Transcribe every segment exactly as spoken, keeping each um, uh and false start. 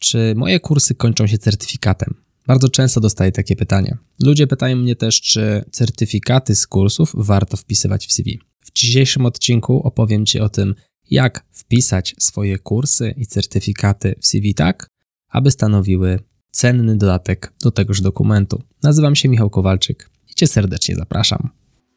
Czy moje kursy kończą się certyfikatem? Bardzo często dostaję takie pytanie. Ludzie pytają mnie też, czy certyfikaty z kursów warto wpisywać w C V. W dzisiejszym odcinku opowiem Ci o tym, jak wpisać swoje kursy i certyfikaty w C V tak, aby stanowiły cenny dodatek do tegoż dokumentu. Nazywam się Michał Kowalczyk i Cię serdecznie zapraszam.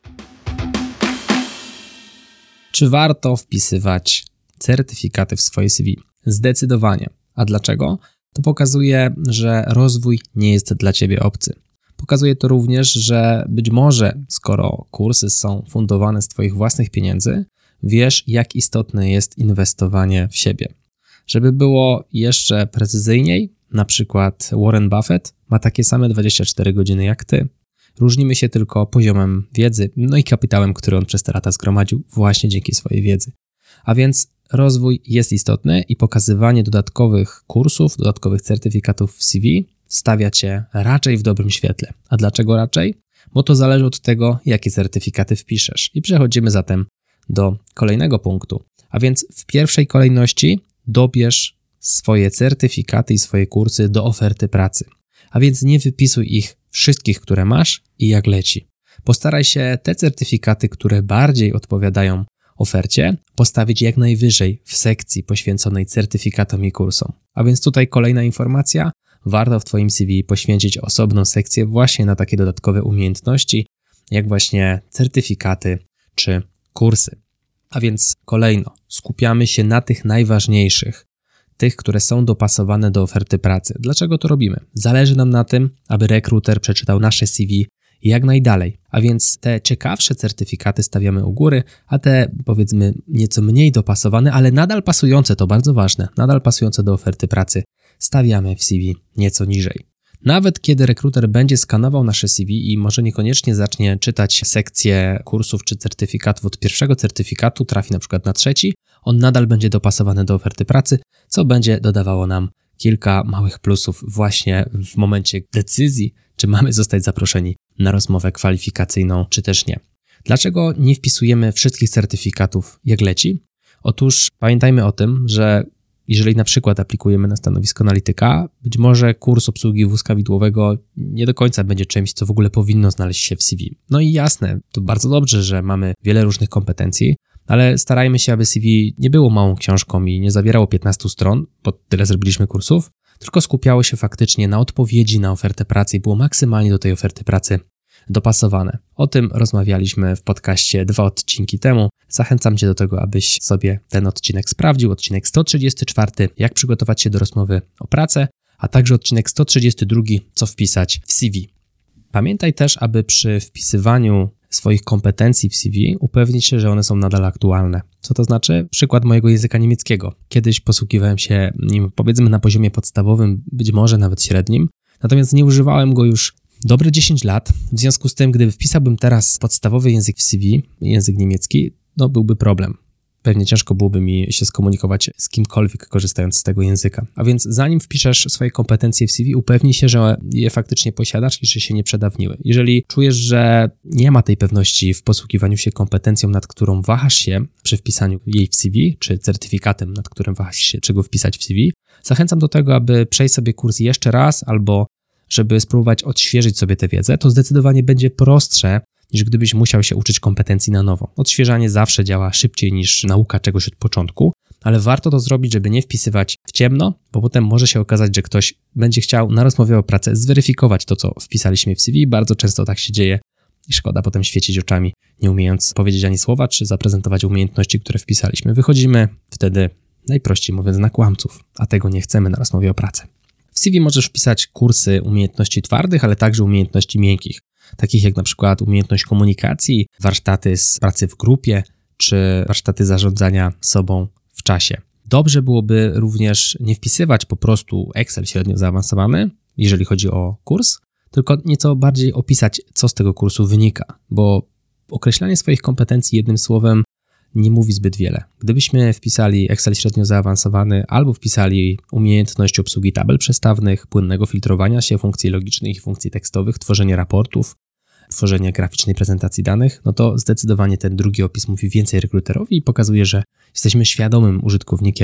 Czy warto wpisywać certyfikaty w swoje C V? Zdecydowanie. A dlaczego? To pokazuje, że rozwój nie jest dla Ciebie obcy. Pokazuje to również, że być może, skoro kursy są fundowane z Twoich własnych pieniędzy, wiesz, jak istotne jest inwestowanie w siebie. Żeby było jeszcze precyzyjniej, na przykład Warren Buffett ma takie same dwadzieścia cztery godziny jak Ty. Różnimy się tylko poziomem wiedzy, no i kapitałem, który on przez te lata zgromadził właśnie dzięki swojej wiedzy. A więc rozwój jest istotny i pokazywanie dodatkowych kursów, dodatkowych certyfikatów w C V stawia Cię raczej w dobrym świetle. A dlaczego raczej? Bo to zależy od tego, jakie certyfikaty wpiszesz. I przechodzimy zatem do kolejnego punktu. A więc w pierwszej kolejności dobierz swoje certyfikaty i swoje kursy do oferty pracy. A więc nie wypisuj ich wszystkich, które masz i jak leci. Postaraj się te certyfikaty, które bardziej odpowiadają ofercie, postawić jak najwyżej w sekcji poświęconej certyfikatom i kursom. A więc tutaj kolejna informacja, warto w Twoim C V poświęcić osobną sekcję właśnie na takie dodatkowe umiejętności, jak właśnie certyfikaty czy kursy. A więc kolejno, skupiamy się na tych najważniejszych, tych, które są dopasowane do oferty pracy. Dlaczego to robimy? Zależy nam na tym, aby rekruter przeczytał nasze C V jak najdalej, a więc te ciekawsze certyfikaty stawiamy u góry, a te powiedzmy nieco mniej dopasowane, ale nadal pasujące, to bardzo ważne, nadal pasujące do oferty pracy, stawiamy w C V nieco niżej. Nawet kiedy rekruter będzie skanował nasze C V i może niekoniecznie zacznie czytać sekcję kursów czy certyfikatów od pierwszego certyfikatu, trafi na przykład na trzeci, on nadal będzie dopasowany do oferty pracy, co będzie dodawało nam kilka małych plusów właśnie w momencie decyzji, czy mamy zostać zaproszeni na rozmowę kwalifikacyjną, czy też nie. Dlaczego nie wpisujemy wszystkich certyfikatów jak leci? Otóż pamiętajmy o tym, że jeżeli na przykład aplikujemy na stanowisko analityka, być może kurs obsługi wózka widłowego nie do końca będzie czymś, co w ogóle powinno znaleźć się w C V. No i jasne, to bardzo dobrze, że mamy wiele różnych kompetencji, ale starajmy się, aby C V nie było małą książką i nie zawierało piętnastu stron, bo tyle zrobiliśmy kursów, tylko skupiało się faktycznie na odpowiedzi na ofertę pracy i było maksymalnie do tej oferty pracy dopasowane. O tym rozmawialiśmy w podcaście dwa odcinki temu. Zachęcam Cię do tego, abyś sobie ten odcinek sprawdził. Odcinek sto trzydziesty czwarty, jak przygotować się do rozmowy o pracę, a także odcinek sto trzydziesty drugi, co wpisać w C V. Pamiętaj też, aby przy wpisywaniu swoich kompetencji w C V upewnić się, że one są nadal aktualne. Co to znaczy? Przykład mojego języka niemieckiego. Kiedyś posługiwałem się nim powiedzmy na poziomie podstawowym, być może nawet średnim, natomiast nie używałem go już dobre dziesięć lat. W związku z tym, gdyby wpisałbym teraz podstawowy język w C V, język niemiecki, no byłby problem. Pewnie ciężko byłoby mi się skomunikować z kimkolwiek korzystając z tego języka. A więc zanim wpiszesz swoje kompetencje w C V, upewnij się, że je faktycznie posiadasz i że się nie przedawniły. Jeżeli czujesz, że nie ma tej pewności w posługiwaniu się kompetencją, nad którą wahasz się przy wpisaniu jej w C V, czy certyfikatem, nad którym wahasz się, czego wpisać w C V, zachęcam do tego, aby przejść sobie kurs jeszcze raz albo żeby spróbować odświeżyć sobie tę wiedzę. To zdecydowanie będzie prostsze, niż gdybyś musiał się uczyć kompetencji na nowo. Odświeżanie zawsze działa szybciej niż nauka czegoś od początku, ale warto to zrobić, żeby nie wpisywać w ciemno, bo potem może się okazać, że ktoś będzie chciał na rozmowie o pracę zweryfikować to, co wpisaliśmy w C V. Bardzo często tak się dzieje i szkoda potem świecić oczami, nie umiejąc powiedzieć ani słowa, czy zaprezentować umiejętności, które wpisaliśmy. Wychodzimy wtedy, najprościej mówiąc, na kłamców, a tego nie chcemy na rozmowie o pracę. W C V możesz wpisać kursy umiejętności twardych, ale także umiejętności miękkich, takich jak na przykład umiejętność komunikacji, warsztaty z pracy w grupie, czy warsztaty zarządzania sobą w czasie. Dobrze byłoby również nie wpisywać po prostu Excel średnio zaawansowany, jeżeli chodzi o kurs, tylko nieco bardziej opisać, co z tego kursu wynika, bo określanie swoich kompetencji jednym słowem nie mówi zbyt wiele. Gdybyśmy wpisali Excel średnio zaawansowany albo wpisali umiejętność obsługi tabel przestawnych, płynnego filtrowania się funkcji logicznych i funkcji tekstowych, tworzenie raportów, tworzenie graficznej prezentacji danych, no to zdecydowanie ten drugi opis mówi więcej rekruterowi i pokazuje, że jesteśmy świadomym użytkownikiem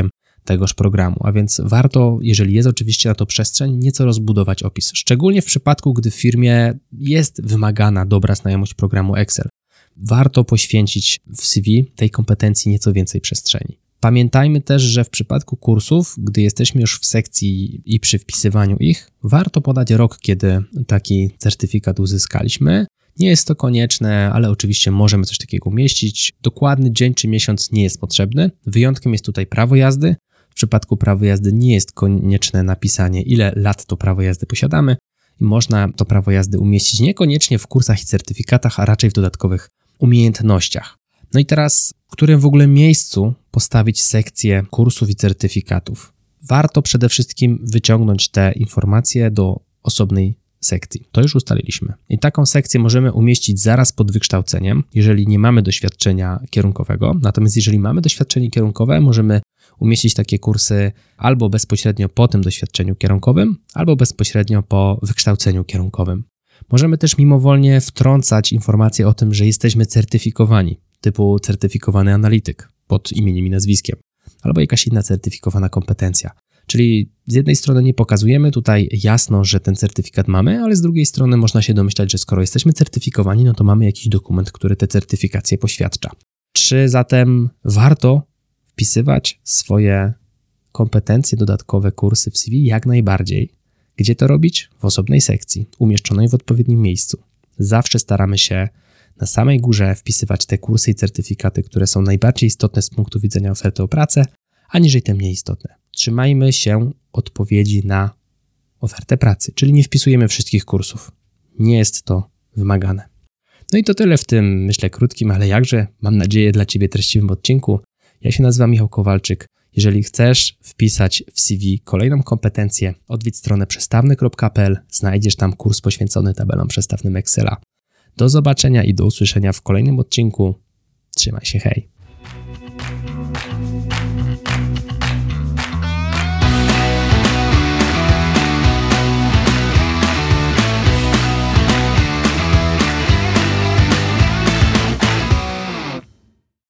tegoż programu, a więc warto, jeżeli jest oczywiście na to przestrzeń, nieco rozbudować opis. Szczególnie w przypadku, gdy w firmie jest wymagana dobra znajomość programu Excel. Warto poświęcić w C V tej kompetencji nieco więcej przestrzeni. Pamiętajmy też, że w przypadku kursów, gdy jesteśmy już w sekcji i przy wpisywaniu ich, warto podać rok, kiedy taki certyfikat uzyskaliśmy. Nie jest to konieczne, ale oczywiście możemy coś takiego umieścić. Dokładny dzień czy miesiąc nie jest potrzebny. Wyjątkiem jest tutaj prawo jazdy. W przypadku prawa jazdy nie jest konieczne napisanie, ile lat to prawo jazdy posiadamy i można to prawo jazdy umieścić niekoniecznie w kursach i certyfikatach, a raczej w dodatkowych umiejętnościach. No i teraz, w którym w ogóle miejscu postawić sekcję kursów i certyfikatów? Warto przede wszystkim wyciągnąć te informacje do osobnej sekcji. To już ustaliliśmy. I taką sekcję możemy umieścić zaraz pod wykształceniem, jeżeli nie mamy doświadczenia kierunkowego. Natomiast jeżeli mamy doświadczenie kierunkowe, możemy umieścić takie kursy albo bezpośrednio po tym doświadczeniu kierunkowym, albo bezpośrednio po wykształceniu kierunkowym. Możemy też mimowolnie wtrącać informacje o tym, że jesteśmy certyfikowani, typu certyfikowany analityk pod imieniem i nazwiskiem, albo jakaś inna certyfikowana kompetencja. Czyli z jednej strony nie pokazujemy tutaj jasno, że ten certyfikat mamy, ale z drugiej strony można się domyślać, że skoro jesteśmy certyfikowani, no to mamy jakiś dokument, który te certyfikacje poświadcza. Czy zatem warto wpisywać swoje kompetencje, dodatkowe kursy w C V? Jak najbardziej. Gdzie to robić? W osobnej sekcji, umieszczonej w odpowiednim miejscu. Zawsze staramy się na samej górze wpisywać te kursy i certyfikaty, które są najbardziej istotne z punktu widzenia oferty o pracę, aniżeli te mniej istotne. Trzymajmy się odpowiedzi na ofertę pracy, czyli nie wpisujemy wszystkich kursów. Nie jest to wymagane. No i to tyle w tym, myślę, krótkim, ale jakże, mam nadzieję, dla Ciebie treściwym odcinku. Ja się nazywam Michał Kowalczyk. Jeżeli chcesz wpisać w C V kolejną kompetencję, odwiedź stronę przestawny kropka p l, znajdziesz tam kurs poświęcony tabelom przestawnym Excela. Do zobaczenia i do usłyszenia w kolejnym odcinku. Trzymaj się, hej!